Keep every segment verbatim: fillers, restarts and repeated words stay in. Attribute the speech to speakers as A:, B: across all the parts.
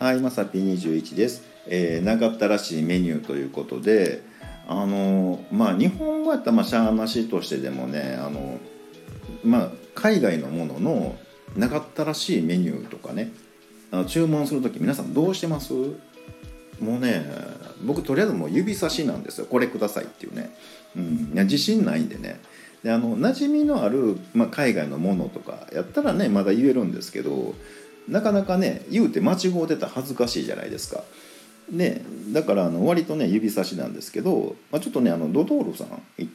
A: はい、まさぴにじゅういちです。えー、長ったらしいメニューということで、あのまあ日本語やったらまあしゃあなしとしてでもね、あのまあ海外のものの長ったらしいメニューとかね、あの注文するとき皆さんどうしてます？もうね、僕とりあえずもう指差しなんですよ。これくださいっていうね。うん、いや自信ないんでね。であの馴染みのある、まあ、海外のものとかやったらねまだ言えるんですけど、なかなかね言うて間違うてたら恥ずかしいじゃないですか。でだからあの割とね指差しなんですけど、まあ、ちょっとねあのドトールさん行って、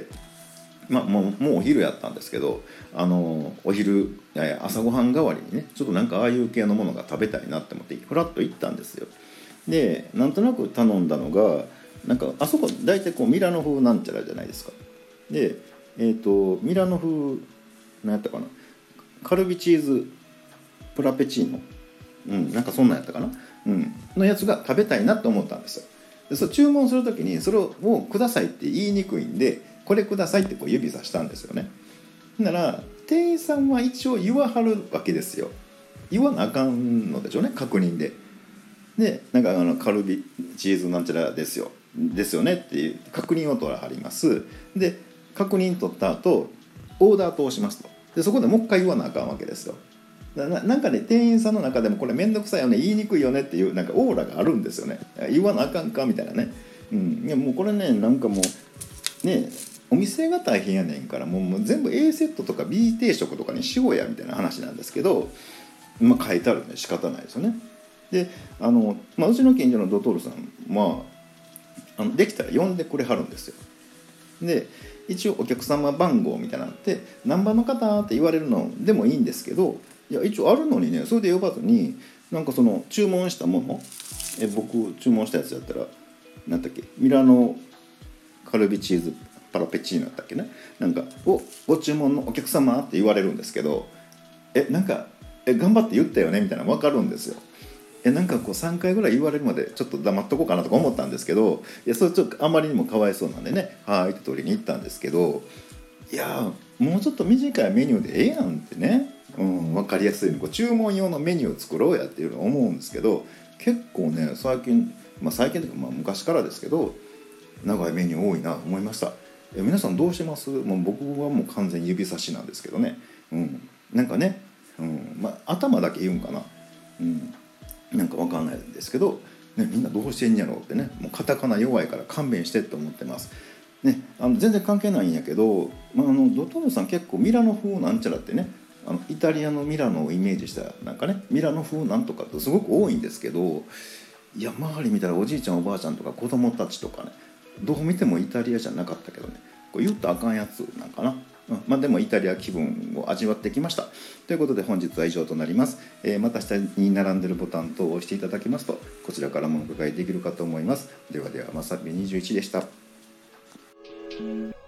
A: まあ、もう、もうお昼やったんですけど、あのお昼朝ごはん代わりにねちょっとなんかああいう系のものが食べたいなって思ってフラッと行ったんですよ。でなんとなく頼んだのがなんかあそこ大体こうミラノ風なんちゃらじゃないですか。でえっ、ー、とミラノ風何やったかな、カルビチーズプラペチーノ、うん、なんかそんなんやったかな、うん、のやつが食べたいなと思ったんですよ。でそれ注文するときにそれをくださいって言いにくいんで、これくださいってこう指さしたんですよね。なら店員さんは一応言わはるわけですよ。言わなあかんのでしょうね、確認で。でなんかあのカルビチーズなんちゃらですよですよねっていう確認を取らはります。で確認取った後オーダー通しますと。でそこでもう一回言わなあかんわけですよ。な, なんかね店員さんの中でもこれめんどくさいよね、言いにくいよねっていうなんかオーラがあるんですよね。言わなあかんかみたいなね、うん、いやもうこれねなんかもうねお店が大変やねんからもうもう全部 A セットとか B 定食とかにしようやみたいな話なんですけど、まあ書いてあるんで仕方ないですよね。であの、まあ、うちの近所のドトールさんはあのできたら呼んでくれはるんですよ。で一応お客様番号みたいなのって何番の方って言われるのでもいいんですけど、いや一応あるのにねそれで呼ばずになんかその注文したもの、え僕注文したやつやったら何だっけミラノカルビチーズパラペチーノだったっけね、なんかおご注文のお客様って言われるんですけど、えなんかえ頑張って言ったよねみたいなの分かるんですよ。えなんかこうさんかいぐらい言われるまでちょっと黙っとこうかなとか思ったんですけど、いやそれちょっとあまりにもかわいそうなんでねはいって取りに行ったんですけど、いやもうちょっと短いメニューでええやんってね、うん、分かりやすいこう注文用のメニューを作ろうやっていうのは思うんですけど、結構ね最近、まあ、最近というかまあ昔からですけど長いメニュー多いなと思いました。え皆さんどうしてます？もう僕はもう完全に指差しなんですけどね、うん、なんかね、うんまあ、頭だけ言うんかな、うんなんか分かんないんですけど、ね、みんなどうしてんやろうってね、もうカタカナ弱いから勘弁してって思ってます、ね、あの全然関係ないんやけど、まあ、あのドトールさん結構ミラノ風なんちゃらってね、あのイタリアのミラノをイメージしたなんかねミラノ風なんとかってすごく多いんですけど、いや周り見たらおじいちゃんおばあちゃんとか子供たちとかねどう見てもイタリアじゃなかったけどね、これ言ったらあかんやつなんかな、うん、まあでもイタリア気分を味わってきました。ということで本日は以上となります。えー、また下に並んでるボタン等を押していただきますとこちらからもお伺いできるかと思います。ではではまさぴにじゅういちでした。